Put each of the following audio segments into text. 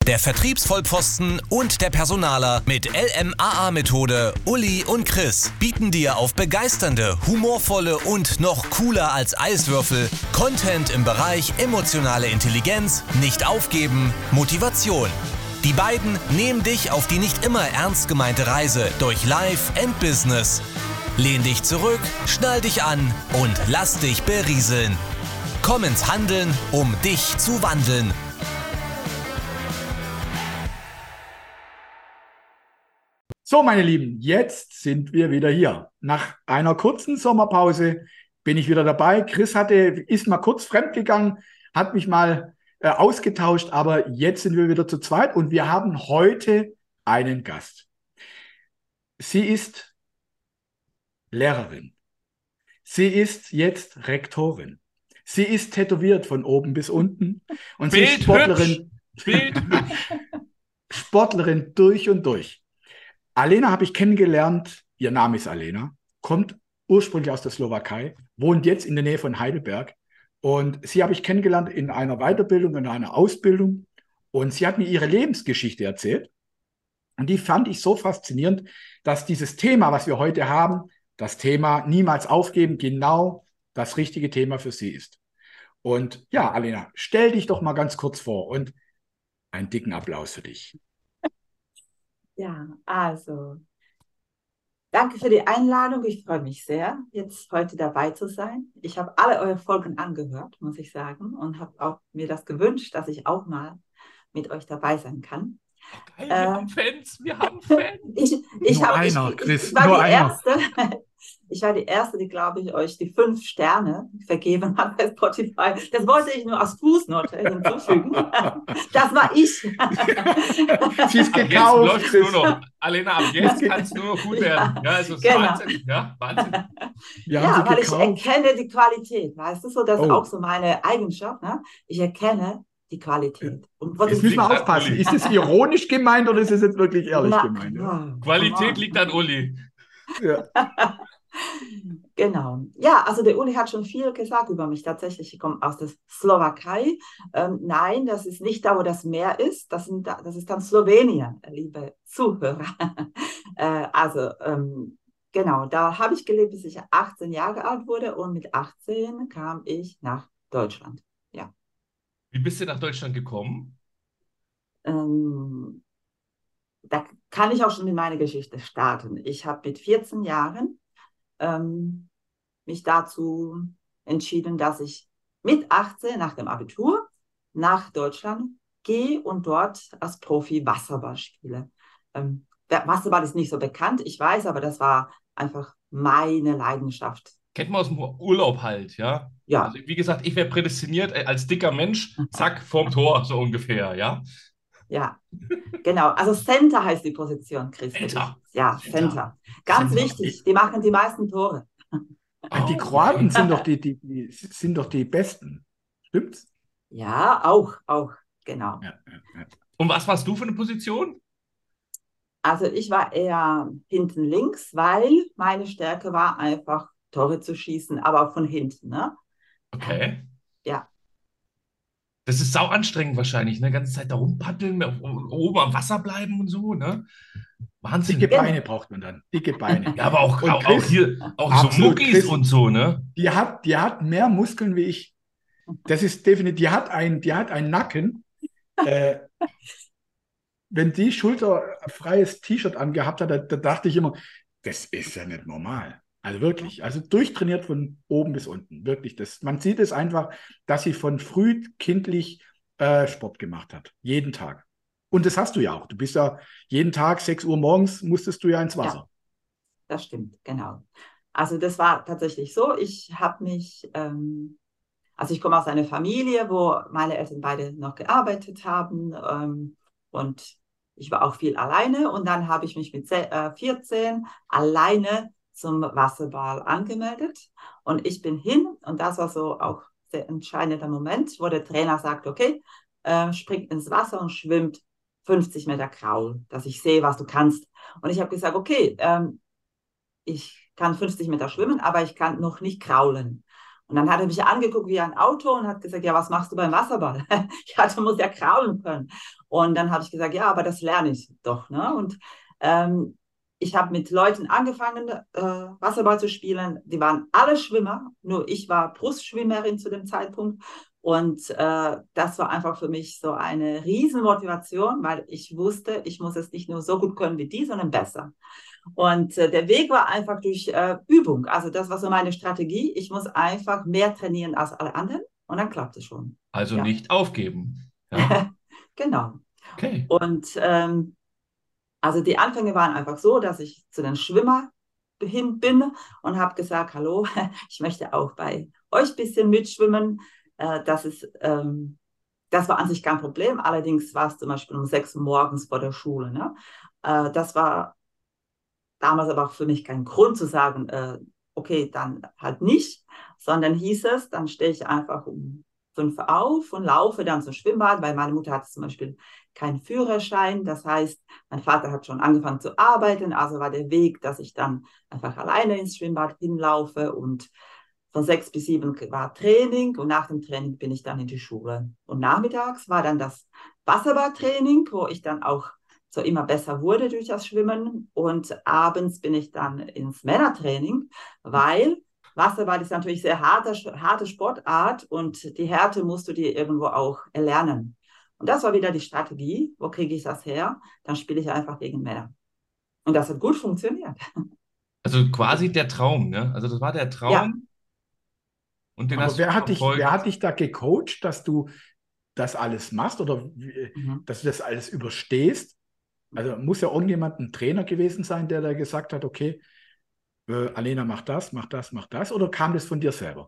Der Vertriebsvollpfosten und der Personaler mit LMAA-Methode Uli und Chris bieten dir auf begeisternde, humorvolle und noch cooler als Eiswürfel Content im Bereich emotionale Intelligenz, nicht aufgeben, Motivation. Die beiden nehmen dich auf die nicht immer ernst gemeinte Reise durch Life and Business. Lehn dich zurück, schnall dich an und lass dich berieseln. Komm ins Handeln, um dich zu wandeln. So, meine Lieben, jetzt sind wir wieder hier. Nach einer kurzen Sommerpause bin ich wieder dabei. Chris ist mal kurz fremdgegangen, hat mich mal ausgetauscht, aber jetzt sind wir wieder zu zweit und wir haben heute einen Gast. Sie ist Lehrerin. Sie ist jetzt Rektorin. Sie ist tätowiert von oben bis unten und sie ist Sportlerin. Sportlerin durch und durch. Alena habe ich kennengelernt, ihr Name ist Alena, kommt ursprünglich aus der Slowakei, wohnt jetzt in der Nähe von Heidelberg und sie habe ich kennengelernt in einer Weiterbildung, in einer Ausbildung und sie hat mir ihre Lebensgeschichte erzählt und die fand ich so faszinierend, dass dieses Thema, was wir heute haben, das Thema niemals aufgeben, genau das richtige Thema für sie ist. Und ja, Alena, stell dich doch mal ganz kurz vor und einen dicken Applaus für dich. Ja, also, danke für die Einladung. Ich freue mich sehr, jetzt heute dabei zu sein. Ich habe alle eure Folgen angehört, muss ich sagen, und habe auch mir das gewünscht, dass ich auch mal mit euch dabei sein kann. Oh, geil, wir haben Fans, wir haben Fans. Ich war die Erste. Ich war die Erste, die, glaube ich, euch die 5 Sterne vergeben hat bei Spotify. Das wollte ich nur als Fußnote hinzufügen. Das war ich. Sie ist gekauft. Jetzt läuft nur noch. Alena, ab jetzt kann es nur noch gut werden. Ja, also genau. Wahnsinn. Ja, Wahnsinn. Ja, weil ich erkenne die Qualität. Weißt du, so, das ist auch so meine Eigenschaft. Ne? Ich erkenne die Qualität. Und jetzt müssen wir aufpassen. Ist es ironisch gemeint oder ist es jetzt wirklich ehrlich gemeint? Ja? Qualität liegt an Uli. Ja. Genau. Ja, also der Uli hat schon viel gesagt über mich. Tatsächlich, ich komme aus der Slowakei. Nein, das ist nicht da, wo das Meer ist. Das ist dann Slowenien, liebe Zuhörer. Genau, da habe ich gelebt, bis ich 18 Jahre alt wurde und mit 18 kam ich nach Deutschland. Ja. Wie bist du nach Deutschland gekommen? Da kann ich auch schon mit meiner Geschichte starten. Ich habe mit 14 Jahren mich dazu entschieden, dass ich mit 18 nach dem Abitur nach Deutschland gehe und dort als Profi Wasserball spiele. Wasserball ist nicht so bekannt, ich weiß, aber das war einfach meine Leidenschaft. Kennt man aus dem Urlaub halt, ja? Ja. Also, wie gesagt, ich wäre prädestiniert als dicker Mensch, zack, vorm Tor, so ungefähr, ja? Ja, genau. Also Center heißt die Position, Chris. Center. Ja, Center. Ganz wichtig, die machen die meisten Tore. Die Kroaten sind doch die Besten. Stimmt's? Ja, auch, genau. Ja. Und was warst du für eine Position? Also ich war eher hinten links, weil meine Stärke war einfach Tore zu schießen, aber auch von hinten, ne? Okay. Ja. Das ist sau anstrengend wahrscheinlich, ne? Die ganze Zeit da rumpaddeln, oben am Wasser bleiben und so, ne? Wahnsinn. Dicke Beine braucht man dann. Dicke Beine. Ja, aber auch Chris, hier, auch so Muckis Chris, und so, ne? Die hat mehr Muskeln wie ich. Das ist definitiv, die hat einen Nacken. Wenn die schulterfreies T-Shirt angehabt hat, da dachte ich immer, das ist ja nicht normal. Also wirklich, also durchtrainiert von oben bis unten. Wirklich, man sieht es einfach, dass sie von früh kindlich Sport gemacht hat. Jeden Tag. Und das hast du ja auch. Du bist ja jeden Tag, 6 Uhr morgens, musstest du ja ins Wasser. Ja, das stimmt, genau. Also das war tatsächlich so. Ich habe mich, also ich komme aus einer Familie, wo meine Eltern beide noch gearbeitet haben und ich war auch viel alleine. Und dann habe ich mich mit 14 alleine zum Wasserball angemeldet und ich bin hin und das war so auch der entscheidende Moment, wo der Trainer sagt, okay, springt ins Wasser und schwimmt 50 Meter Kraul, dass ich sehe, was du kannst. Und ich habe gesagt, okay, ich kann 50 Meter schwimmen, aber ich kann noch nicht kraulen. Und dann hat er mich angeguckt wie ein Auto und hat gesagt, ja, was machst du beim Wasserball? Ja, du musst ja kraulen können. Und dann habe ich gesagt, ja, aber das lerne ich doch. Ne? Und ich habe mit Leuten angefangen, Wasserball zu spielen. Die waren alle Schwimmer, nur ich war Brustschwimmerin zu dem Zeitpunkt. Und das war einfach für mich so eine Riesenmotivation, weil ich wusste, ich muss es nicht nur so gut können wie die, sondern besser. Und der Weg war einfach durch Übung. Also das war so meine Strategie. Ich muss einfach mehr trainieren als alle anderen und dann klappt es schon. Also Ja. nicht aufgeben. Ja, Genau. okay. Und also die Anfänge waren einfach so, dass ich zu den Schwimmer hin bin und habe gesagt, hallo, ich möchte auch bei euch ein bisschen mitschwimmen. Das war an sich kein Problem. Allerdings war es zum Beispiel um 6 Uhr morgens vor der Schule. Ne? Das war damals aber auch für mich kein Grund zu sagen, okay, dann halt nicht, sondern hieß es, dann stehe ich einfach um 5 auf und laufe dann zum Schwimmbad, weil meine Mutter hatte zum Beispiel keinen Führerschein. Das heißt, mein Vater hat schon angefangen zu arbeiten, also war der Weg, dass ich dann einfach alleine ins Schwimmbad hinlaufe und von 6 bis 7 war Training und nach dem Training bin ich dann in die Schule. Und nachmittags war dann das Wasserballtraining, wo ich dann auch so immer besser wurde durch das Schwimmen. Und abends bin ich dann ins Männertraining, weil Wasserball ist natürlich sehr harte Sportart und die Härte musst du dir irgendwo auch erlernen. Und das war wieder die Strategie. Wo kriege ich das her? Dann spiele ich einfach gegen Männer. Und das hat gut funktioniert. Also quasi der Traum, ne? Also das war der Ja. Traum und den Aber hast du wer verfolgt. hat dich da gecoacht, dass du das alles machst oder Mhm. dass du das alles überstehst? Also muss ja irgendjemand ein Trainer gewesen sein, der da gesagt hat, okay, Alena, mach das, mach das, mach das, oder kam das von dir selber?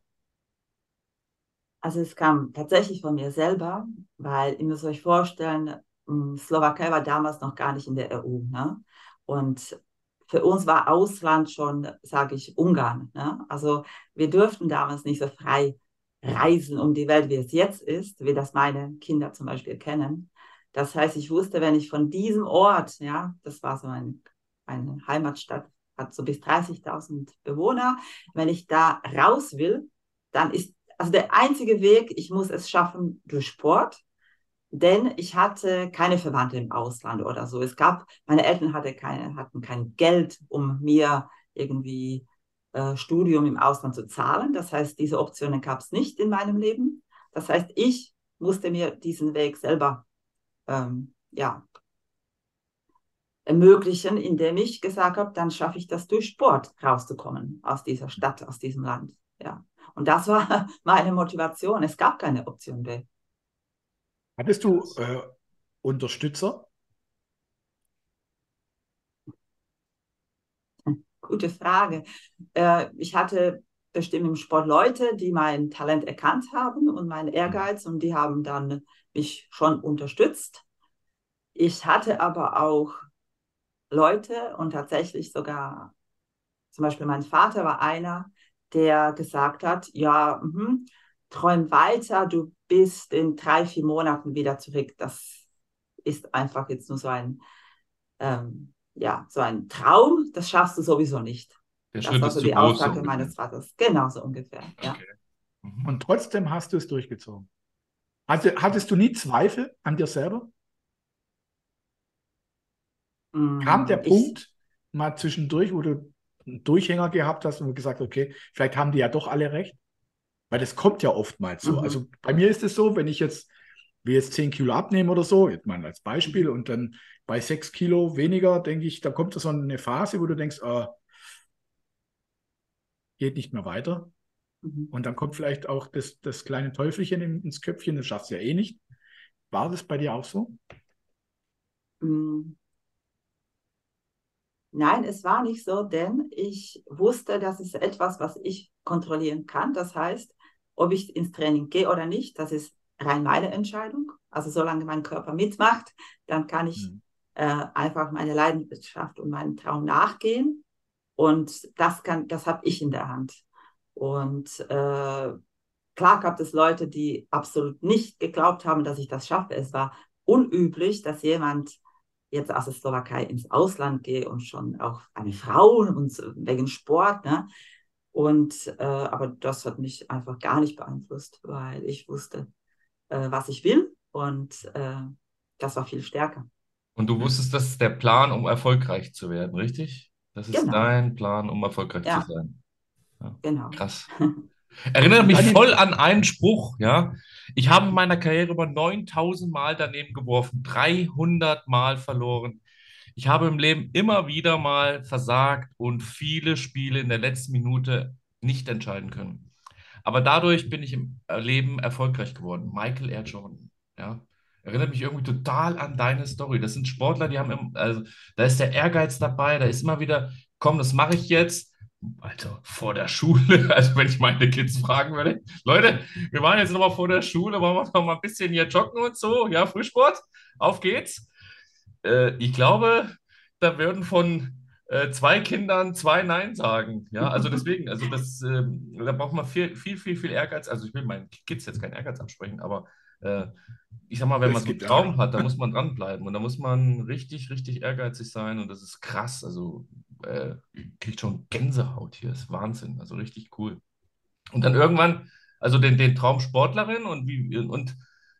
Also es kam tatsächlich von mir selber, weil ihr müsst euch vorstellen, Slowakei war damals noch gar nicht in der EU. Ne? Und für uns war Ausland schon, sage ich, Ungarn. Ne? Also wir durften damals nicht so frei reisen um die Welt, wie es jetzt ist, wie das meine Kinder zum Beispiel kennen. Das heißt, ich wusste, wenn ich von diesem Ort, ja, das war so eine Heimatstadt, hat so bis 30.000 Bewohner, wenn ich da raus will, dann ist also der einzige Weg, ich muss es schaffen durch Sport, denn ich hatte keine Verwandte im Ausland oder so. Meine Eltern hatten kein Geld, um mir irgendwie Studium im Ausland zu zahlen. Das heißt, diese Optionen gab es nicht in meinem Leben. Das heißt, ich musste mir diesen Weg selber ja, ermöglichen, indem ich gesagt habe, dann schaffe ich das durch Sport rauszukommen aus dieser Stadt, aus diesem Land. Ja. Und das war meine Motivation. Es gab keine Option B. Hattest du Unterstützer? Gute Frage. Ich hatte bestimmt im Sport Leute, die mein Talent erkannt haben und meinen Ehrgeiz und die haben dann mich schon unterstützt. Ich hatte aber auch Leute und tatsächlich sogar, zum Beispiel mein Vater war einer, der gesagt hat, ja, träum weiter, du bist in 3, 4 Monaten wieder zurück. Das ist einfach jetzt nur so ein Traum, das schaffst du sowieso nicht. Der Das Schritt war ist so zu die groß, so Aussage ungefähr. meines Vaters. Genauso ungefähr, ja. Okay. Mhm. Und trotzdem hast du es durchgezogen. Hattest du nie Zweifel an dir selber? Kam der Ich, Punkt mal zwischendurch, wo du einen Durchhänger gehabt hast und gesagt, okay, vielleicht haben die ja doch alle recht? Weil das kommt ja oftmals so. mhm, Also bei mir ist es so, wenn ich will jetzt 10 Kilo abnehme oder so, jetzt mal als Beispiel, mhm, und dann bei 6 Kilo weniger, denke ich, da kommt so eine Phase, wo du denkst, geht nicht mehr weiter. mhm. Und dann kommt vielleicht auch das kleine Teufelchen ins Köpfchen, das schaffst du ja eh nicht. War das bei dir auch so? Mm, Nein, es war nicht so, denn ich wusste, das ist etwas, was ich kontrollieren kann. Das heißt, ob ich ins Training gehe oder nicht, das ist rein meine Entscheidung. Also solange mein Körper mitmacht, dann kann ich Hm. einfach meine Leidenschaft und meinen Traum nachgehen. Und das habe ich in der Hand. Und klar gab es Leute, die absolut nicht geglaubt haben, dass ich das schaffe. Es war unüblich, dass jemand jetzt aus der Slowakei ins Ausland geht und schon auch eine Frau und wegen Sport. Ne? Aber das hat mich einfach gar nicht beeinflusst, weil ich wusste, was ich will und das war viel stärker. Und du wusstest, das ist der Plan, um erfolgreich zu werden, richtig? Das ist Genau, dein Plan, um erfolgreich zu ja, sein. Ja, genau. krass. Erinnert Und mich dann voll an einen Spruch, ja. Ich habe in meiner Karriere über 9000 Mal daneben geworfen, 300 Mal verloren. Ich habe im Leben immer wieder mal versagt und viele Spiele in der letzten Minute nicht entscheiden können. Aber dadurch bin ich im Leben erfolgreich geworden. Michael R. Jordan, ja. Erinnert mich irgendwie total an deine Story. Das sind Sportler, die haben, also da ist der Ehrgeiz dabei, da ist immer wieder, komm, das mache ich jetzt. Also vor der Schule, also wenn ich meine Kids fragen würde, Leute, wir waren jetzt nochmal vor der Schule, wollen wir noch mal ein bisschen hier joggen und so, ja, Frühsport, auf geht's. Ich glaube, da würden von zwei Kindern zwei Nein sagen. Ja, also deswegen, also da braucht man viel Ehrgeiz. Also ich will meinen Kids jetzt keinen Ehrgeiz absprechen, aber äh, ich sag mal, wenn man es so einen gibt ja, Traum hat, dann muss man dranbleiben und da muss man richtig ehrgeizig sein und das ist krass. Also kriegt schon Gänsehaut hier, ist Wahnsinn, also richtig cool. Und dann irgendwann, also den Traum Sportlerin und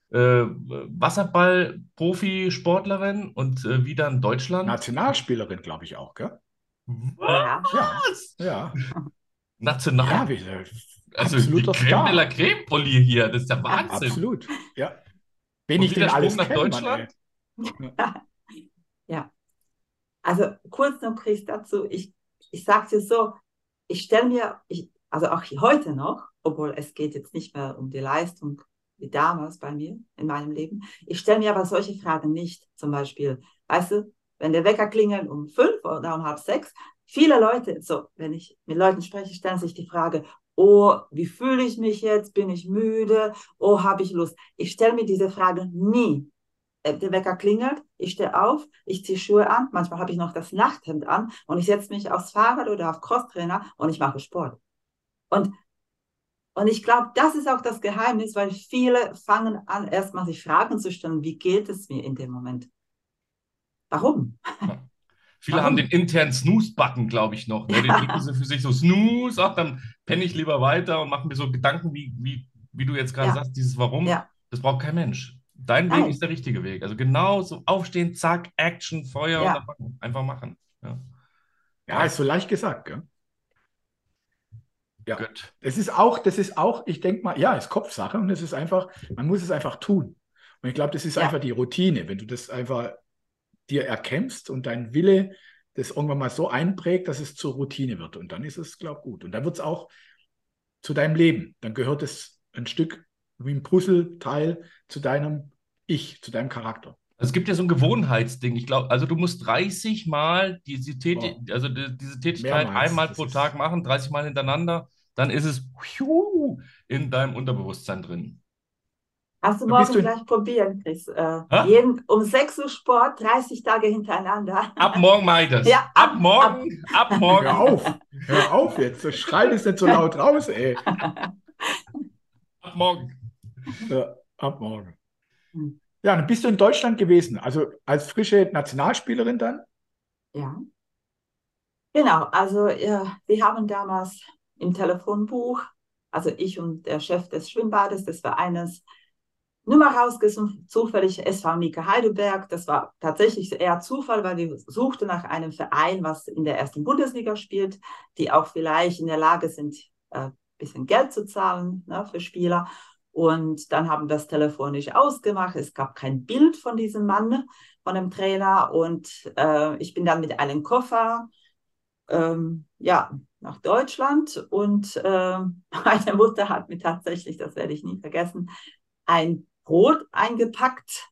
Wasserball-Profi-Sportlerin und wieder in Deutschland. Nationalspielerin, glaube ich auch, gell? Ja, Ja, Was? ja, National. ja, Also die absoluter Creme de la Star. Creme, Polly hier, das ist der Wahnsinn. Absolut, ja. Wen Und ich wieder den Sprung alles nach kenne, Mann, ey. Deutschland. Ja. ja. Also kurz noch, Chris, dazu. Ich sage dir so, ich stelle mir, also auch heute noch, obwohl es geht jetzt nicht mehr um die Leistung wie damals bei mir in meinem Leben, ich stelle mir aber solche Fragen nicht. Zum Beispiel, weißt du, wenn der Wecker klingelt um 5 oder um halb 6, viele Leute, so, wenn ich mit Leuten spreche, stellen sich die Frage, oh, wie fühle ich mich jetzt? Bin ich müde? Oh, habe ich Lust? Ich stelle mir diese Frage nie. Der Wecker klingelt, ich stehe auf, ich ziehe Schuhe an, manchmal habe ich noch das Nachthemd an und ich setze mich aufs Fahrrad oder auf Crosstrainer und ich mache Sport. Und, und ich glaube, das ist auch das Geheimnis, weil viele fangen an, erstmal sich Fragen zu stellen, wie geht es mir in dem Moment? Warum? Ja. Viele haben den Warum? internen Snooze-Button, glaube ich, noch. Ne? Den drücken sie für sich so Snooze, ach, dann penne ich lieber weiter und mache mir so Gedanken, wie du jetzt gerade Ja, sagst, dieses Warum, ja, das braucht kein Mensch. Dein Weg ist nein, der richtige Weg. Also genau so aufstehen, zack, Action, Feuer und dann ja, machen. Einfach machen. Ja, Ja, geil. ist so leicht gesagt, gell? Ja. Gut. Das ist auch, ich denke mal, ja, ist Kopfsache und es ist einfach, man muss es einfach tun. Und ich glaube, das ist einfach ja, die Routine. Wenn du das einfach dir erkämpfst und dein Wille das irgendwann mal so einprägt, dass es zur Routine wird. Und dann ist es, glaube ich, gut. Und dann wird es auch zu deinem Leben. Dann gehört es ein Stück wie ein Puzzleteil zu deinem Ich, zu deinem Charakter. Also es gibt ja so ein Gewohnheitsding. Ich glaube, also du musst 30 Mal Oh, diese Tätigkeit mehrmals. einmal Das pro Tag ist, machen, 30 Mal hintereinander, dann ist es in deinem Unterbewusstsein drin. Hast du dann bist morgen du in, gleich probieren, Chris? Ha? Um 6 Uhr Sport, 30 Tage hintereinander. Ab morgen mache ich das. Ja, Ab hör morgen, auf, hör auf jetzt. So, schrei das nicht so laut raus, ey. ab morgen. Ja, ab morgen. Ja, dann bist du in Deutschland gewesen, also als frische Nationalspielerin dann? Ja, genau. Also wir haben damals im Telefonbuch, also ich und der Chef des Schwimmbades des Vereines, Nummer rausgesucht, zufällig SV Nika Heidelberg. Das war tatsächlich eher Zufall, weil wir suchten nach einem Verein, was in der ersten Bundesliga spielt, die auch vielleicht in der Lage sind, ein bisschen Geld zu zahlen, ne, für Spieler. Und dann haben wir das telefonisch ausgemacht. Es gab kein Bild von diesem Mann, von dem Trainer. Und ich bin dann mit einem Koffer ja, nach Deutschland und meine Mutter hat mir tatsächlich, das werde ich nie vergessen, ein Brot eingepackt.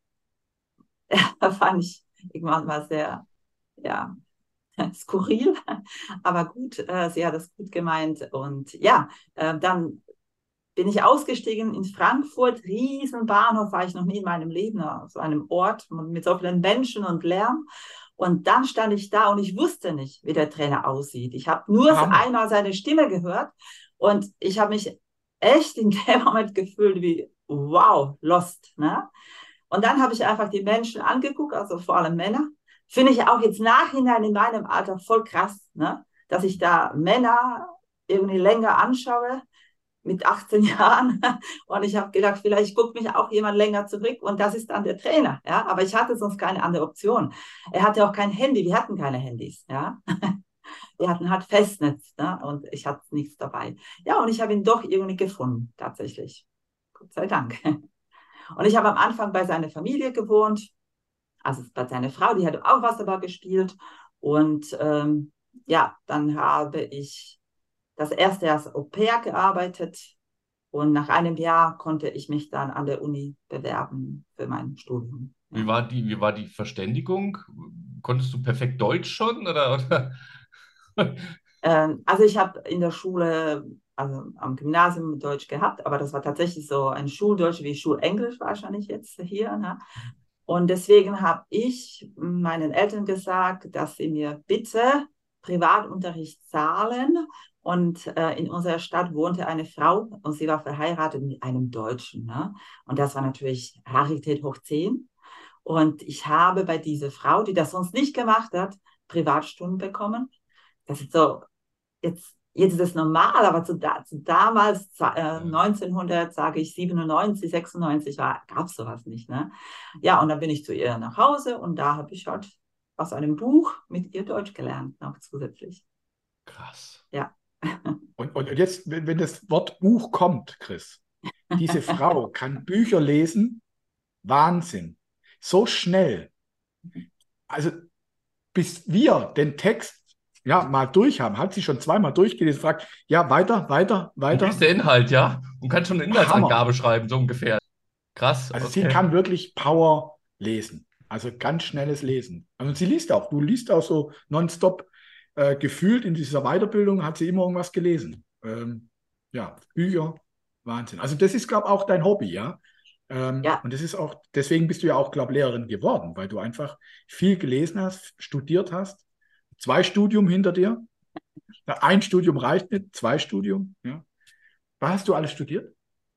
Da fand ich irgendwann mal sehr, ja, skurril, aber gut, sie hat es gut gemeint und ja, dann bin ich ausgestiegen in Frankfurt, Riesenbahnhof, war ich noch nie in meinem Leben, so einem Ort mit so vielen Menschen und Lärm. Und dann stand ich da und ich wusste nicht, wie der Trainer aussieht. Ich habe nur Hammer. einmal seine Stimme gehört und ich habe mich echt in dem Moment gefühlt wie, wow, lost. Ne? Und dann habe ich einfach die Menschen angeguckt, also vor allem Männer. Finde ich auch jetzt nachhinein in meinem Alter voll krass, ne? Dass ich da Männer irgendwie länger anschaue, mit 18 Jahren. Und ich habe gedacht, vielleicht guckt mich auch jemand länger zurück und das ist dann der Trainer. Ja? Aber ich hatte sonst keine andere Option. Er hatte auch kein Handy, wir hatten keine Handys. Ja? Wir hatten halt Festnetz, ne? Und ich hatte nichts dabei. Ja, und ich habe ihn doch irgendwie gefunden, tatsächlich. Gott sei Dank. Und ich habe am Anfang bei seiner Familie gewohnt, also bei seiner Frau, die hat auch Wasserball gespielt. Und ja, dann habe ich das erste Jahr als Au-pair gearbeitet und nach einem Jahr konnte ich mich dann an der Uni bewerben für mein Studium. Ja. Wie war die Verständigung? Konntest du perfekt Deutsch schon oder? Also ich habe in der Schule, also am Gymnasium Deutsch gehabt, aber das war tatsächlich so ein Schuldeutsch wie Schulenglisch wahrscheinlich jetzt hier. Ne? Und deswegen habe ich meinen Eltern gesagt, dass sie mir bitte Privatunterricht zahlen. Und in unserer Stadt wohnte eine Frau und sie war verheiratet mit einem Deutschen. Ne? Und das war natürlich Rarität hoch 10. Und ich habe bei dieser Frau, die das sonst nicht gemacht hat, Privatstunden bekommen. Das ist so, jetzt ist es normal, aber zu damals, 1900, sage ich 97, 96, gab es sowas nicht. Ne? Ja, und dann bin ich zu ihr nach Hause und da habe ich halt aus einem Buch mit ihr Deutsch gelernt, noch zusätzlich. Krass. Ja. Und jetzt, wenn das Wort Buch kommt, Chris, diese Frau kann Bücher lesen, Wahnsinn. So schnell. Also bis wir den Text ja mal durch haben, hat sie schon zweimal durchgelesen, fragt, ja, weiter, weiter, Und wie ist weiter. der Inhalt, ja? Und kann schon eine Hammer. Inhaltsangabe schreiben, so ungefähr. Krass, Also sie okay. kann wirklich Power lesen. Also ganz schnelles Lesen. Also sie liest auch. Du liest auch so nonstop. Gefühlt in dieser Weiterbildung hat sie immer irgendwas gelesen. Ja, Bücher, Wahnsinn. Also das ist, glaube ich, auch dein Hobby, ja. Ja, Und das ist auch, deswegen bist du ja auch, glaube ich, Lehrerin geworden, weil du einfach viel gelesen hast, studiert hast. 2 Studium hinter dir. Ja, 1 Studium reicht nicht, 2 Studium. Ja. Was hast du alles studiert?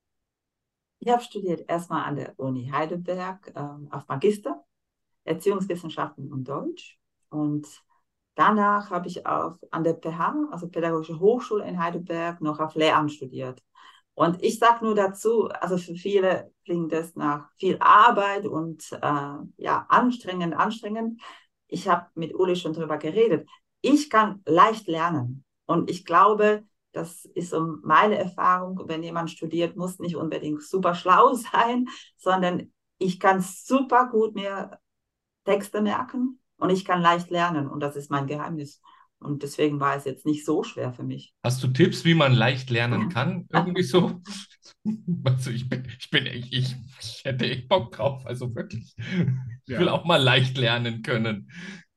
ich habe studiert erstmal an der Uni Heidelberg auf Magister, Erziehungswissenschaften und Deutsch. Und danach habe ich an der PH, also Pädagogische Hochschule in Heidelberg, noch auf Lehramt studiert. Und ich sage nur dazu, also für viele klingt das nach viel Arbeit und ja, anstrengend. Ich habe mit Uli schon drüber geredet. Ich kann leicht lernen. Und ich glaube, das ist so meine Erfahrung, wenn jemand studiert, muss nicht unbedingt super schlau sein, sondern ich kann super gut mir Texte merken und ich kann leicht lernen. Und das ist mein Geheimnis. Und deswegen war es jetzt nicht so schwer für mich. Hast du Tipps, wie man leicht lernen kann? Irgendwie so? Also ich hätte echt Bock drauf, also wirklich. Ich will Ja. auch mal leicht lernen können.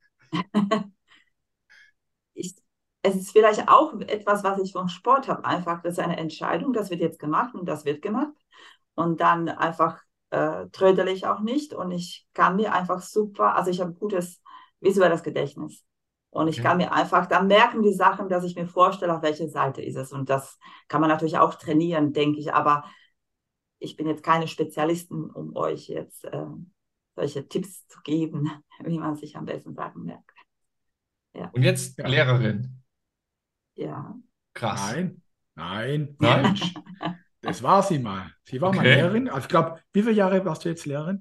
ich, Es ist vielleicht auch etwas, was ich vom Sport habe. Einfach, das ist eine Entscheidung, das wird jetzt gemacht und das wird gemacht. Und dann einfach trödel ich auch nicht. Und ich kann mir einfach super, also ich habe ein gutes visuelles Gedächtnis. Und ich Okay. kann mir einfach dann merken die Sachen, dass ich mir vorstelle, auf welche Seite ist es. Und das kann man natürlich auch trainieren, denke ich. Aber ich bin jetzt keine Spezialistin, um euch jetzt solche Tipps zu geben, wie man sich am besten Sachen merkt. Ja, Und jetzt Ja. Lehrerin. ja. Krass. Nein, nein, Nein? falsch. Das war sie mal. Sie war mal Okay. Lehrerin. Also ich glaube, wie viele Jahre warst du jetzt Lehrerin?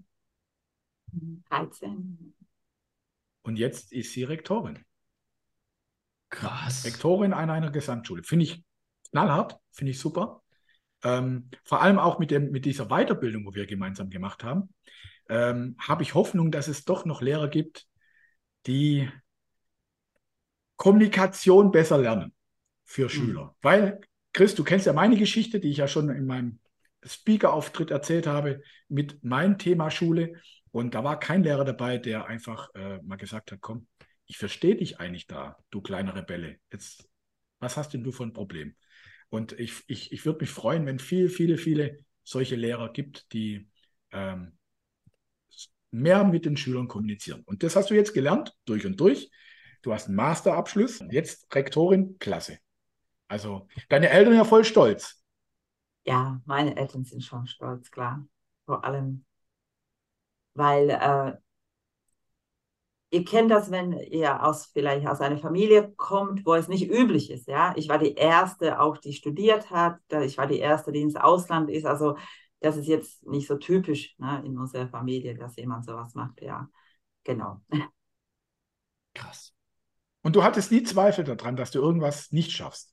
13. Und jetzt ist sie Rektorin. Ja, Krass. Rektorin an einer Gesamtschule. Finde ich knallhart, finde ich super. Vor allem auch mit dieser Weiterbildung, wo wir gemeinsam gemacht haben, habe ich Hoffnung, dass es doch noch Lehrer gibt, die Kommunikation besser lernen für Hm. Schüler. Weil, Chris, du kennst ja meine Geschichte, die ich ja schon in meinem Speaker-Auftritt erzählt habe, mit meinem Thema Schule. Und da war kein Lehrer dabei, der einfach mal gesagt hat, komm, ich verstehe dich eigentlich da, du kleine Rebelle. Jetzt, was hast denn du für ein Problem? Und ich würde mich freuen, wenn viele solche Lehrer gibt, die ähm, mehr mit den Schülern kommunizieren. Und das hast du jetzt gelernt, durch und durch. Du hast einen Masterabschluss, jetzt Rektorin, klasse. Also deine Eltern ja voll stolz. Ja, meine Eltern sind schon stolz, klar. Vor allem, weil Ihr kennt das, wenn ihr vielleicht aus einer Familie kommt, wo es nicht üblich ist, ja. Ich war die Erste, auch die studiert hat. Ich war die Erste, die ins Ausland ist. Also das ist jetzt nicht so typisch, ne, in unserer Familie, dass jemand sowas macht, ja. Genau. Krass. Und du hattest nie Zweifel daran, dass du irgendwas nicht schaffst.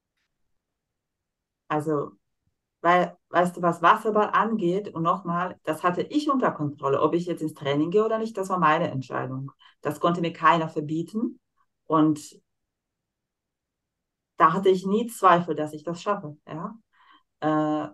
Also, weil, weißt du, was Wasserball angeht, und nochmal, das hatte ich unter Kontrolle. Ob ich jetzt ins Training gehe oder nicht, das war meine Entscheidung. Das konnte mir keiner verbieten. Und da hatte ich nie Zweifel, dass ich das schaffe, ja. Äh,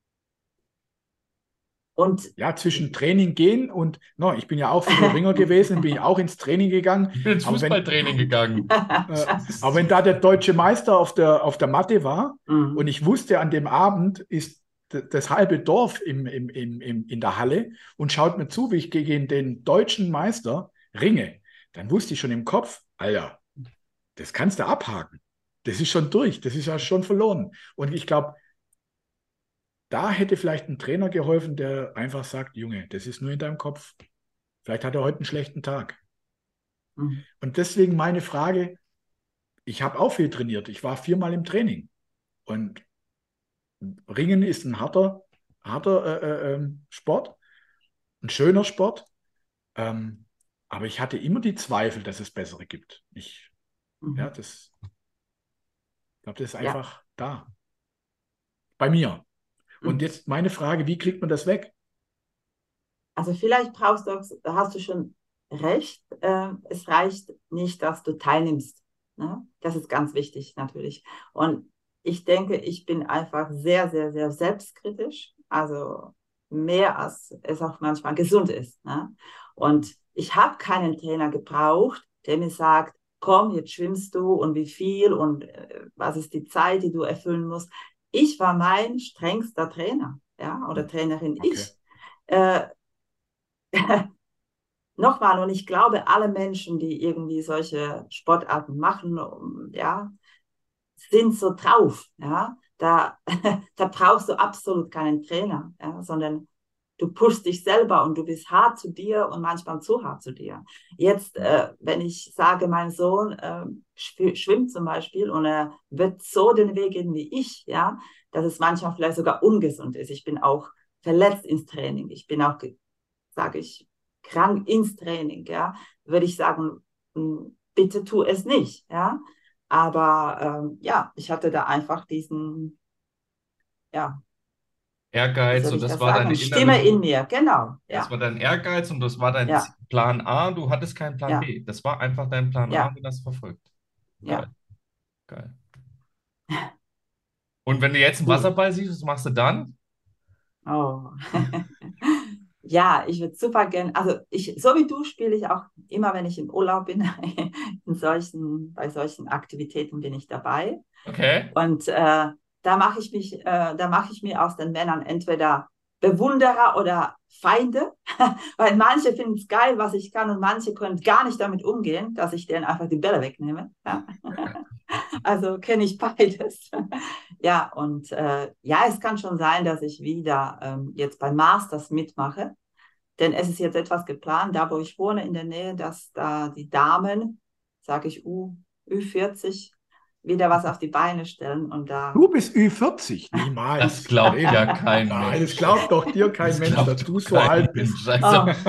und Ja, zwischen Training gehen und, no, ich bin ja auch früher Ringer gewesen, bin ich auch ins Training gegangen. Ich bin ins Aber wenn, Fußballtraining gegangen. aber wenn da der deutsche Meister auf der Matte war und Mhm. ich wusste, an dem Abend ist das halbe Dorf in der Halle und schaut mir zu, wie ich gegen den deutschen Meister ringe, dann wusste ich schon im Kopf, Alter, das kannst du abhaken. Das ist schon durch, das ist ja schon verloren. Und ich glaube, da hätte vielleicht ein Trainer geholfen, der einfach sagt, Junge, das ist nur in deinem Kopf. Vielleicht hat er heute einen schlechten Tag. Mhm. Und deswegen meine Frage, ich habe auch viel trainiert. Ich war 4-mal im Training. Und Ringen ist ein harter Sport, ein schöner Sport. Ähm, aber ich hatte immer die Zweifel, dass es bessere gibt. Ja, Mhm. ich glaube, das ist Ja. einfach da. Bei mir. Und Mhm. jetzt meine Frage, wie kriegt man das weg? Also vielleicht da hast du schon recht, es reicht nicht, dass du teilnimmst. Ne? Das ist ganz wichtig natürlich. Und ich denke, ich bin einfach sehr, sehr, sehr selbstkritisch. Also mehr als es auch manchmal gesund ist. Ne? Und ich habe keinen Trainer gebraucht, der mir sagt, komm, jetzt schwimmst du und wie viel und was ist die Zeit, die du erfüllen musst. Ich war mein strengster Trainer, ja, oder Hm, Trainerin. okay. Äh, Nochmal, und ich glaube, alle Menschen, die irgendwie solche Sportarten machen, ja, sind so drauf, ja. Da brauchst du absolut keinen Trainer, ja, sondern du pushst dich selber und du bist hart zu dir und manchmal zu hart zu dir. Jetzt, wenn ich sage, mein Sohn schwimmt zum Beispiel und er wird so den Weg gehen wie ich, ja, dass es manchmal vielleicht sogar ungesund ist. Ich bin auch verletzt ins Training. Ich bin auch, sage ich, krank ins Training, ja, würde ich sagen, bitte tu es nicht, ja. Aber ja, ich hatte da einfach diesen, ja, wie Ehrgeiz soll und ich das das war sagen? deine Stimme in innerliche, mir, genau, ja, das ja, war dein Ehrgeiz und das war dein ja, Plan A. Du hattest keinen Plan ja, B. Das war einfach dein Plan A ja, und du hast verfolgt. Geil, ja, geil. Und wenn du jetzt einen cool. Wasserball siehst, was machst du dann? Oh. Ja, ich würde super gern, also so wie du spiele ich auch immer, wenn ich im Urlaub bin, bei solchen Aktivitäten bin ich dabei. Okay. Und da mache ich mir aus den Männern entweder Bewunderer oder Feinde, weil manche finden es geil, was ich kann, und manche können gar nicht damit umgehen, dass ich denen einfach die Bälle wegnehme. Ja. Also kenne ich beides. Ja, und ja, es kann schon sein, dass ich wieder jetzt bei Masters mitmache, denn es ist jetzt etwas geplant, da wo ich wohne in der Nähe, dass da die Damen, sage ich Ü40, wieder was auf die Beine stellen und da. Du bist Ü40, Das niemals. glaubt ja Alena. kein Nein, das Mensch. glaubt doch dir kein Das Mensch, glaubt dass du doch so kein alt bist. Mensch. Also, Oh.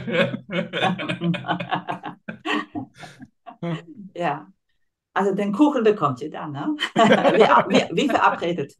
Ja, also den Kuchen bekommt ihr dann, ne? Wie verabredet.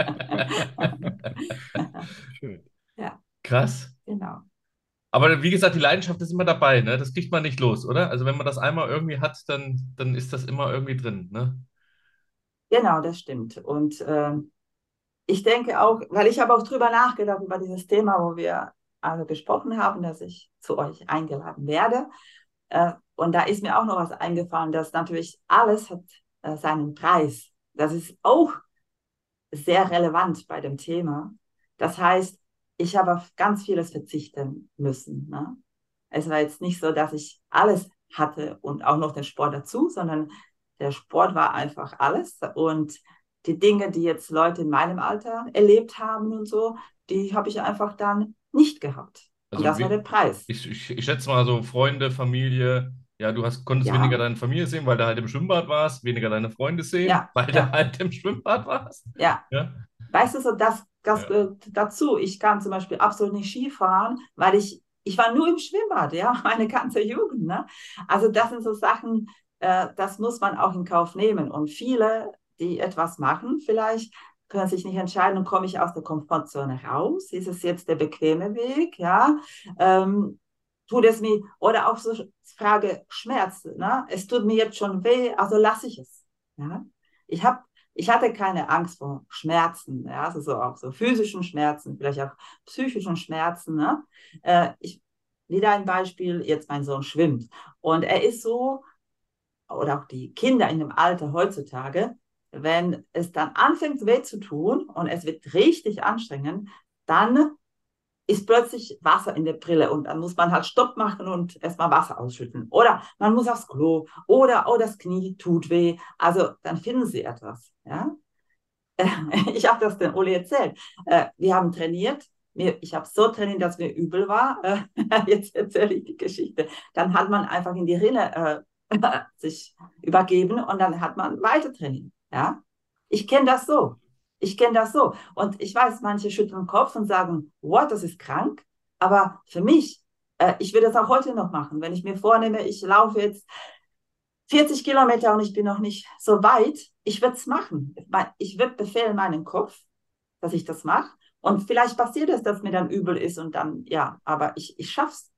Schön. Ja, krass. genau. Aber wie gesagt, die Leidenschaft ist immer dabei, ne? Das kriegt man nicht los, oder? Also wenn man das einmal irgendwie hat, dann ist das immer irgendwie drin, ne? Genau, das stimmt. Und ich denke auch, weil ich habe auch drüber nachgedacht, über dieses Thema, wo wir also gesprochen haben, dass ich zu euch eingeladen werde. Und da ist mir auch noch was eingefallen, dass natürlich alles hat seinen Preis. Das ist auch sehr relevant bei dem Thema. Das heißt, ich habe auf ganz vieles verzichten müssen. Ne? Es war jetzt nicht so, dass ich alles hatte und auch noch den Sport dazu, sondern der Sport war einfach alles. Und die Dinge, die jetzt Leute in meinem Alter erlebt haben und so, die habe ich einfach dann nicht gehabt. Und Also das war der Preis. ich schätze mal so Freunde, Familie, ja, konntest weniger Ja, deine Familie sehen, weil du halt im Schwimmbad warst, weniger deine Freunde sehen, ja, weil du ja, halt im Schwimmbad warst. ja. Ja, Weißt du, so das ja. gehört dazu. Ich kann zum Beispiel absolut nicht Skifahren, weil ich war nur im Schwimmbad, ja, meine ganze Jugend. Ne? Also das sind so Sachen, das muss man auch in Kauf nehmen. Und viele, die etwas machen, vielleicht können sich nicht entscheiden, komme ich aus der Komfortzone raus? Ist es jetzt der bequeme Weg? Ja, tut es mir, oder auch so Frage Schmerz, ne? Es tut mir jetzt schon weh, also lasse ich es. Ja? Ich habe ich hatte keine Angst vor Schmerzen, ja, also so auch so physischen Schmerzen, vielleicht auch psychischen Schmerzen. Ne? Wieder ein Beispiel, jetzt mein Sohn schwimmt und er ist so, oder auch die Kinder in dem Alter heutzutage, wenn es dann anfängt weh zu tun und es wird richtig anstrengend, dann ist plötzlich Wasser in der Brille und dann muss man halt Stopp machen und erstmal Wasser ausschütten. Oder man muss aufs Klo oder oh, das Knie tut weh. Also dann finden sie etwas. Ja? Ich habe das den Uli erzählt. Wir haben trainiert. Ich habe so trainiert, dass mir übel war. Jetzt erzähle ich die Geschichte. Dann hat man einfach in die Rinne sich übergeben und dann hat man weiter trainiert. Ja? Ich kenne das so. Ich kenne das so. Und ich weiß, manche schütteln den Kopf und sagen, what, das ist krank. Aber für mich, ich würde das auch heute noch machen. Wenn ich mir vornehme, ich laufe jetzt 40 Kilometer und ich bin noch nicht so weit, ich würde es machen. Ich würde befehlen meinen Kopf, dass ich das mache. Und vielleicht passiert es, dass mir dann übel ist und dann, ja, aber ich schaff's.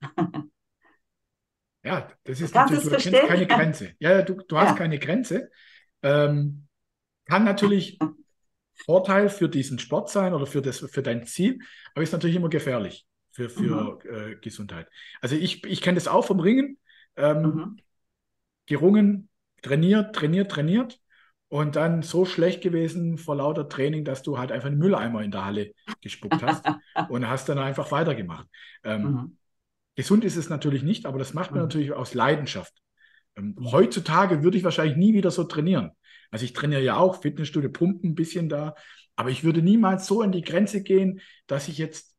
Ja, das ist Kannst du natürlich, es du erkennst keine verstehen? Grenze. Ja, ja, du hast Ja. keine Grenze. Kann natürlich Vorteil für diesen Sport sein oder für dein Ziel, aber ist natürlich immer gefährlich Mhm. für Gesundheit. Also ich kenne das auch vom Ringen. Ähm, Mhm. gerungen, trainiert, trainiert, trainiert und dann so schlecht gewesen vor lauter Training, dass du halt einfach einen Mülleimer in der Halle gespuckt hast und hast dann einfach weitergemacht. Ähm, Mhm. gesund ist es natürlich nicht, aber das macht man Mhm. natürlich aus Leidenschaft. Mhm. Heutzutage würde ich wahrscheinlich nie wieder so trainieren. Also ich trainiere ja auch Fitnessstudio, Pumpen ein bisschen da, aber ich würde niemals so an die Grenze gehen, dass ich jetzt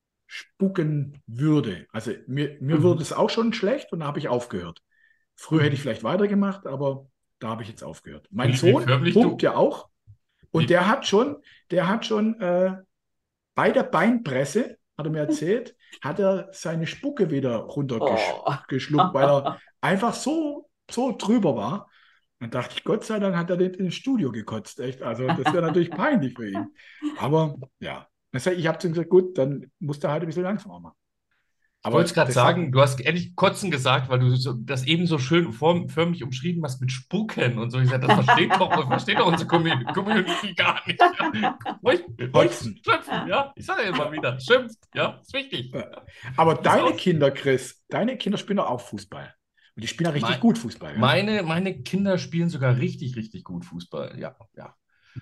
spucken würde. Also mir wurde Mhm. es auch schon schlecht und da habe ich aufgehört. Früher hätte ich Mhm. vielleicht weitergemacht, aber da habe ich jetzt aufgehört. Mein Wie Sohn förmlich pumpt du, ja auch und wie, der hat schon bei der Beinpresse, hat er mir erzählt, hat er seine Spucke wieder Oh. runtergeschluckt, weil er einfach so drüber war. Dann dachte ich, Gott sei Dank hat er nicht ins Studio gekotzt. Echt. Also das wäre natürlich peinlich für ihn. Aber ja, ich habe zu ihm gesagt, gut, dann musst du halt ein bisschen langsamer machen. ich wollte Aber es gerade das hat, sagen, du hast endlich Kotzen gesagt, weil du das eben so schön förmlich umschrieben hast mit Spucken und so. Ich sage, das versteht doch unsere Community gar nicht. Ja. Ruhig Kotzen. schimpfen, ja. Ich sage ja immer wieder, schimpft, ja, ist wichtig. Ja. Aber Wie es deine aus. Kinder, Chris, deine Kinder spielen doch auch Fußball. Und die spielen ja richtig Mein, gut Fußball, gell? meine Kinder spielen sogar richtig, richtig gut Fußball. Ja, ja.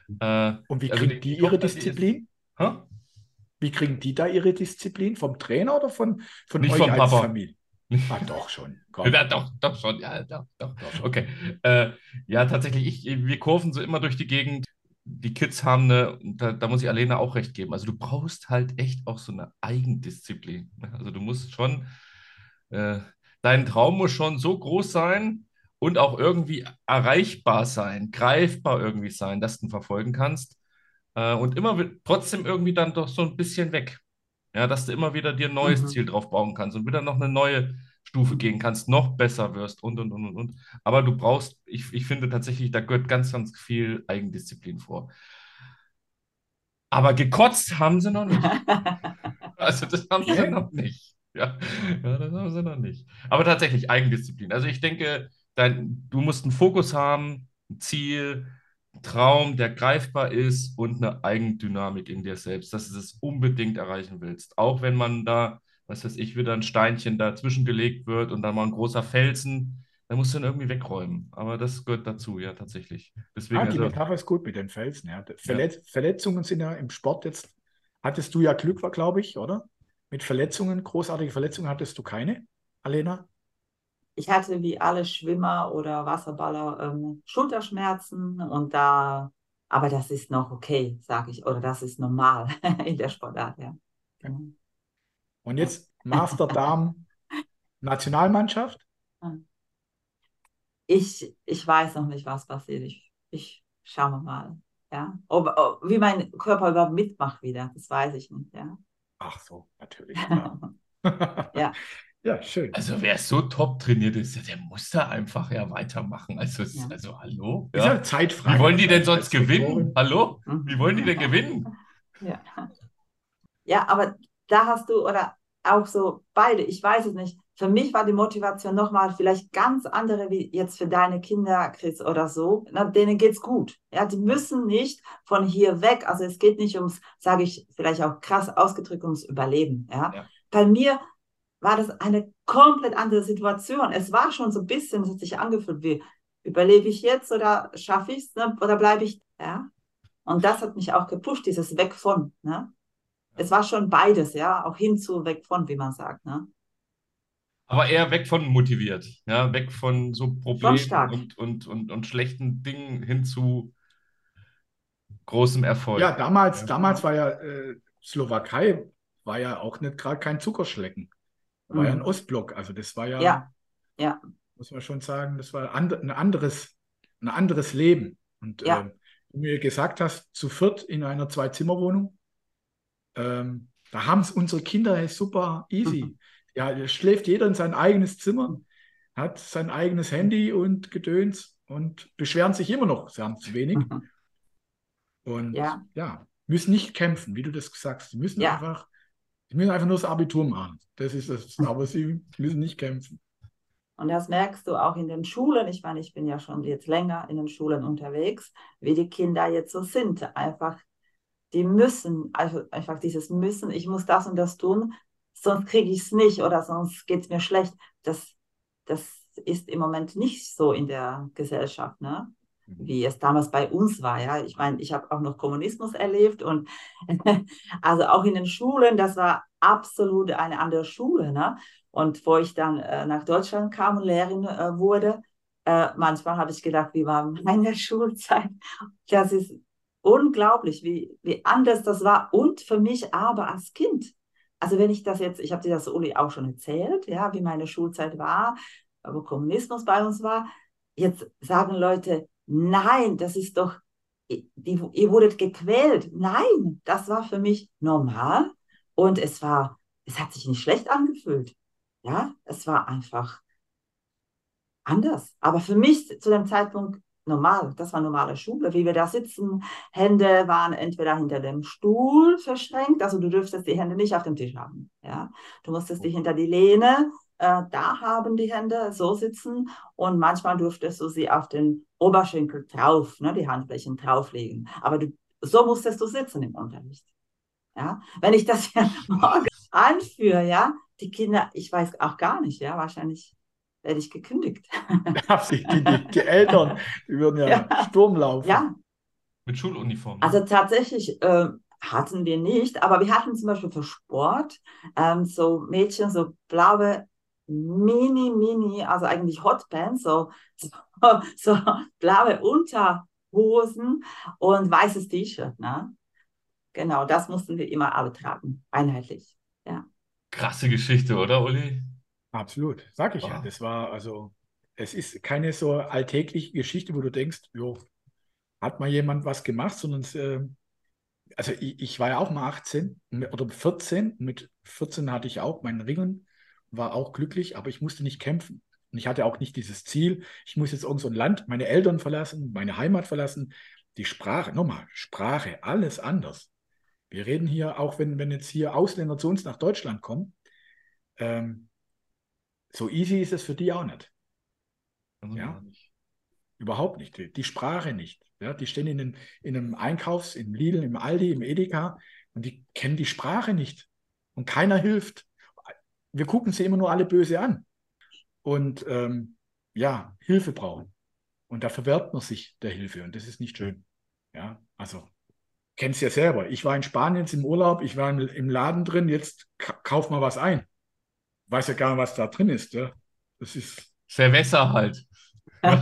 Und wie Also kriegen die die ihre Tochter, die ist. Disziplin? Hä? Wie kriegen die da ihre Disziplin? Vom Trainer oder von Nicht euch vom als Papa. Familie? Ah, doch schon. Ja, Komm, doch schon, ja, doch. doch schon. Okay. Äh, ja, tatsächlich, wir kurven so immer durch die Gegend. Die Kids haben da muss ich Alena auch recht geben. Also du brauchst halt echt auch so eine Eigendisziplin. Also du musst schon, äh, dein Traum muss schon so groß sein und auch irgendwie erreichbar sein, greifbar irgendwie sein, dass du ihn verfolgen kannst. Und immer trotzdem irgendwie dann doch so ein bisschen weg. Ja, dass du immer wieder dir ein neues Mhm. Ziel drauf bauen kannst und wieder noch eine neue Stufe gehen kannst, noch besser wirst und. Aber du brauchst, ich finde tatsächlich, da gehört ganz, ganz viel Eigendisziplin vor. Aber gekotzt haben sie noch nicht. Also das haben sie Okay. noch nicht. Ja, ja, das haben sie noch nicht. Aber tatsächlich Eigendisziplin. Also ich denke, du musst einen Fokus haben, ein Ziel, einen Traum, der greifbar ist und eine Eigendynamik in dir selbst, dass du es unbedingt erreichen willst. Auch wenn man da, was weiß ich, wieder ein Steinchen dazwischen gelegt wird und dann mal ein großer Felsen, dann musst du ihn irgendwie wegräumen. Aber das gehört dazu, ja, tatsächlich. Ah, Deswegen, die also, Metapher ist gut mit den Felsen. Ja. ja. Verletzungen sind ja im Sport jetzt, hattest du ja Glück, glaube ich, oder? Mit Verletzungen, großartige Verletzungen hattest du keine, Alena? Ich hatte wie alle Schwimmer oder Wasserballer Schulterschmerzen und aber das ist noch okay, sage ich, oder das ist normal in der Sportart, ja. Ja. Genau. Und Ja. jetzt Master Damen Nationalmannschaft? Ich weiß noch nicht, was passiert. Ich schauen wir mal. Ja? Wie mein Körper überhaupt mitmacht wieder, das weiß ich nicht. Ja, Ach so, natürlich, klar. ja. Ja, schön. Also wer so top trainiert ist, der muss da einfach ja weitermachen. Ja. Also hallo? Ist ja Ja. zeitfrei. Wie wollen die denn als sonst gewinnen? Sektorin. Hallo? Mhm. Wie wollen die denn gewinnen? Ja. Ja, aber da hast du oder auch so beide, ich weiß es nicht. Für mich war die Motivation nochmal vielleicht ganz andere wie jetzt für deine Kinder, Chris, oder so. Na, denen geht's gut. Ja, die müssen nicht von hier weg. Also es geht nicht ums, sage ich vielleicht auch krass ausgedrückt, ums Überleben. Ja. Ja. Bei mir war das eine komplett andere Situation. Es war schon so ein bisschen, es hat sich angefühlt wie, überlebe ich jetzt oder schaffe ich es, ne? Oder bleibe ich, ja? Und das hat mich auch gepusht, dieses Weg von, ne? Es war schon beides, ja, auch hin zu weg von, wie man sagt, ne? Aber eher weg von motiviert, ja, weg von so Schon Problemen stark. und schlechten Dingen hin zu großem Erfolg. Ja, damals, Ja. damals war ja Slowakei war ja auch nicht gerade kein Zuckerschlecken. War ja ein Mhm. Ostblock. Also das war ja, Ja, ja, muss man schon sagen, das war ein anderes Leben. Und ja. wie du mir gesagt hast, zu viert in einer Zwei-Zimmer-Wohnung, da haben es unsere Kinder hey, super easy. Mhm. Ja, da schläft jeder in sein eigenes Zimmer, hat sein eigenes Handy und Gedöns und beschweren sich immer noch, sie haben zu wenig. Mhm. Und Ja, ja, müssen nicht kämpfen, wie du das sagst. ja. Sie müssen einfach nur das Abitur machen. Das ist es. Aber sie müssen nicht kämpfen. Und das merkst du auch in den Schulen. Ich meine, ich bin ja schon jetzt länger in den Schulen unterwegs, wie die Kinder jetzt so sind. Einfach, die müssen, also einfach dieses Müssen, ich muss das und das tun, sonst kriege ich es nicht oder sonst geht es mir schlecht. Das ist im Moment nicht so in der Gesellschaft, ne? Wie es damals bei uns war. Ja? Ich meine, ich habe auch noch Kommunismus erlebt und also auch in den Schulen, das war absolut eine andere Schule. Ne? Und wo ich dann nach Deutschland kam und Lehrerin wurde, manchmal habe ich gedacht, wie war meine Schulzeit? Das ist unglaublich, wie anders das war und für mich aber als Kind. Also wenn ich das jetzt, ich habe dir das Uli auch schon erzählt, ja, wie meine Schulzeit war, wo Kommunismus bei uns war. Jetzt sagen Leute, nein, das ist doch, ihr wurdet gequält. Nein, das war für mich normal und es hat sich nicht schlecht angefühlt. Ja, es war einfach anders. Aber für mich zu dem Zeitpunkt normal. Das war normale Schule, wie wir da sitzen. Hände waren entweder hinter dem Stuhl verschränkt, also du dürftest die Hände nicht auf dem Tisch haben. Ja? Du musstest dich hinter die Lehne da haben, die Hände so sitzen und manchmal durftest du sie auf den Oberschenkel drauf, ne, die Handflächen drauflegen. Aber so musstest du sitzen im Unterricht. Ja? Wenn ich das ja morgen anführe, ja, die Kinder, ich weiß auch gar nicht, ja, wahrscheinlich werde ich gekündigt. Die Eltern, die würden ja Ja, Sturm laufen. ja. Mit Schuluniform. Also tatsächlich hatten wir nicht, aber wir hatten zum Beispiel für Sport so Mädchen, so blaue Mini, also eigentlich Hotpants, so blaue Unterhosen und weißes T-Shirt. Ne? Genau, das mussten wir immer alle tragen, einheitlich. Ja. Krasse Geschichte, oder, Uli? Absolut, sag ich ja. Wow. Das war also, es ist keine so alltägliche Geschichte, wo du denkst, jo, hat mal jemand was gemacht, sondern also ich war ja auch mal 18 oder 14. Mit 14 hatte ich auch meinen Ringen, war auch glücklich, aber ich musste nicht kämpfen. Und ich hatte auch nicht dieses Ziel, ich muss jetzt irgend so ein Land, meine Eltern verlassen, meine Heimat verlassen. Die Sprache, nochmal, Sprache, alles anders. Wir reden hier, auch wenn jetzt hier Ausländer zu uns nach Deutschland kommen, ähm, so easy ist es für die auch nicht. Also Ja, gar nicht. überhaupt nicht. Die Sprache nicht. Ja, die stehen in einem im Lidl, im Aldi, im Edeka und die kennen die Sprache nicht. Und keiner hilft. Wir gucken sie immer nur alle böse an. Und ja, Hilfe brauchen. Und da verwehrt man sich der Hilfe und das ist nicht schön. Ja, also kennst ja selber. Ich war in Spanien jetzt im Urlaub, ich war im Laden drin, jetzt kauf mal was ein. Weiß ja gar nicht, was da drin ist. Ja. Das ist, Cerveza halt. das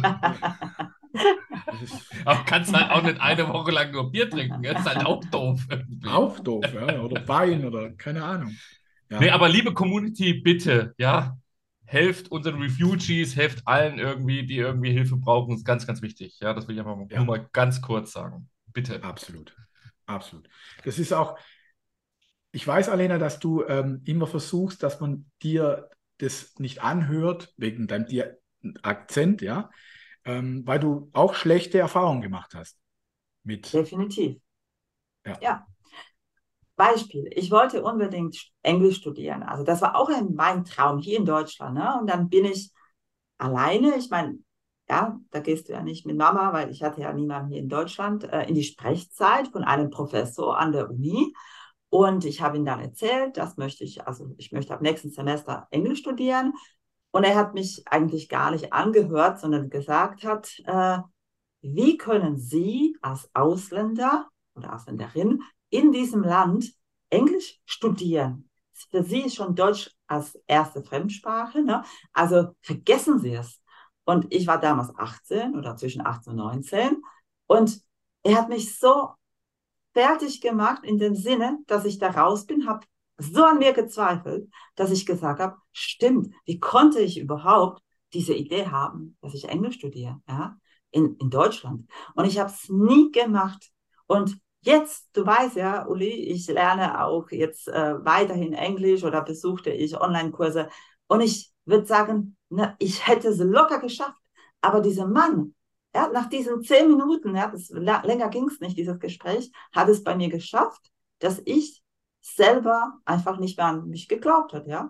ist Aber kannst halt auch nicht eine Woche lang nur Bier trinken. Das ist halt auch doof irgendwie. auch doof. Ja. Oder Wein oder keine Ahnung. Ja, Nee, aber liebe Community, bitte, ja, helft unseren Refugees, helft allen irgendwie, die irgendwie Hilfe brauchen. Das ist ganz, ganz wichtig. Ja, das will ich einfach nur ja, mal ganz kurz sagen. Bitte. absolut. Absolut. Das ist auch, ich weiß, Alena, dass du immer versuchst, dass man dir das nicht anhört, wegen deinem Akzent, ja, weil du auch schlechte Erfahrungen gemacht hast mit, Definitiv. ja, Ja. Beispiel, ich wollte unbedingt Englisch studieren. Also das war auch mein Traum hier in Deutschland. Ne? Und dann bin ich alleine, ich meine, ja, da gehst du ja nicht mit Mama, weil ich hatte ja niemanden hier in Deutschland, in die Sprechzeit von einem Professor an der Uni. Und ich habe ihm dann erzählt, das möchte ich, also ich möchte ab nächsten Semester Englisch studieren. Und er hat mich eigentlich gar nicht angehört, sondern gesagt hat, wie können Sie als Ausländer oder Ausländerin in diesem Land Englisch studieren? Für Sie ist schon Deutsch als erste Fremdsprache, ne? Also vergessen Sie es. Und ich war damals 18 oder zwischen 18 und 19 und er hat mich so fertig gemacht in dem Sinne, dass ich da raus bin, habe so an mir gezweifelt, dass ich gesagt habe, stimmt, wie konnte ich überhaupt diese Idee haben, dass ich Englisch studiere, ja, in Deutschland. Und ich habe es nie gemacht. Und jetzt, du weißt ja, Uli, ich lerne auch jetzt weiterhin Englisch oder besuchte ich Online-Kurse. Und ich würde sagen, na, ich hätte es locker geschafft. Aber dieser Mann, ja, nach diesen 10 Minuten, ja, länger ging es nicht, dieses Gespräch, hat es bei mir geschafft, dass ich selber einfach nicht mehr an mich geglaubt habe, ja.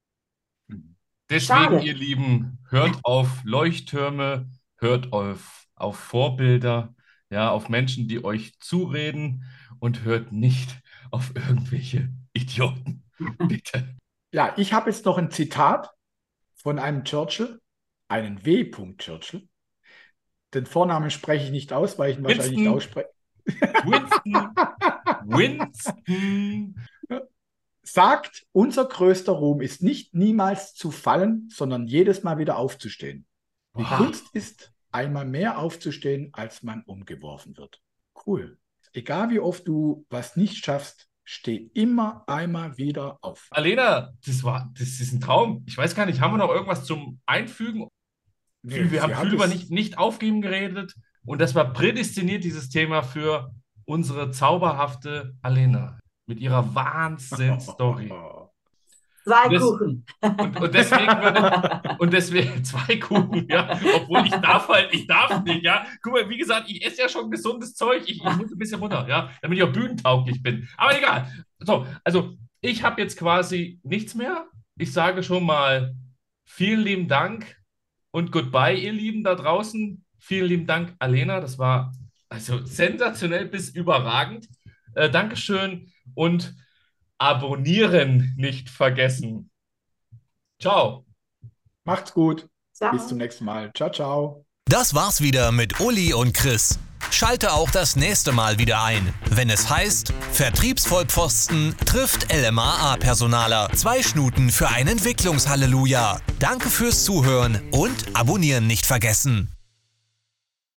Deswegen, Schade. ihr Lieben, hört auf Leuchttürme, hört auf Vorbilder, ja, auf Menschen, die euch zureden und hört nicht auf irgendwelche Idioten. Bitte. ja, ich habe jetzt noch ein Zitat von einem Churchill, einen W. Churchill. Den Vornamen spreche ich nicht aus, weil ich ihn wahrscheinlich nicht Winston, ausspreche. Winston, Winston. Sagt, unser größter Ruhm ist nicht niemals zu fallen, sondern jedes Mal wieder aufzustehen. Die Wow. Kunst ist, einmal mehr aufzustehen, als man umgeworfen wird. Cool. Egal wie oft du was nicht schaffst, steh immer einmal wieder auf. Alena, das ist ein Traum. Ich weiß gar nicht, haben wir noch irgendwas zum Einfügen? Nee, Wir haben sie hat viel über es. nicht aufgeben geredet und das war prädestiniert, dieses Thema für unsere zauberhafte Alena mit ihrer Wahnsinn-Story. 2 Und, das, Kuchen. und deswegen 2 Kuchen, ja, obwohl ich darf nicht, ja. Guck mal, wie gesagt, ich esse ja schon gesundes Zeug, ich muss ein bisschen runter, ja, damit ich auch bühnentauglich bin. Aber egal. So, also ich habe jetzt quasi nichts mehr. Ich sage schon mal vielen lieben Dank und goodbye, ihr Lieben da draußen. Vielen lieben Dank, Alena. Das war also sensationell bis überragend. Dankeschön und abonnieren nicht vergessen. Ciao. Macht's gut. Bis Ciao. zum nächsten Mal. Ciao, ciao. Das war's wieder mit Uli und Chris. Schalte auch das nächste Mal wieder ein, wenn es heißt, Vertriebsvollpfosten trifft LMAA-Personaler. 2 Schnuten für ein Entwicklungshalleluja. Danke fürs Zuhören und abonnieren nicht vergessen.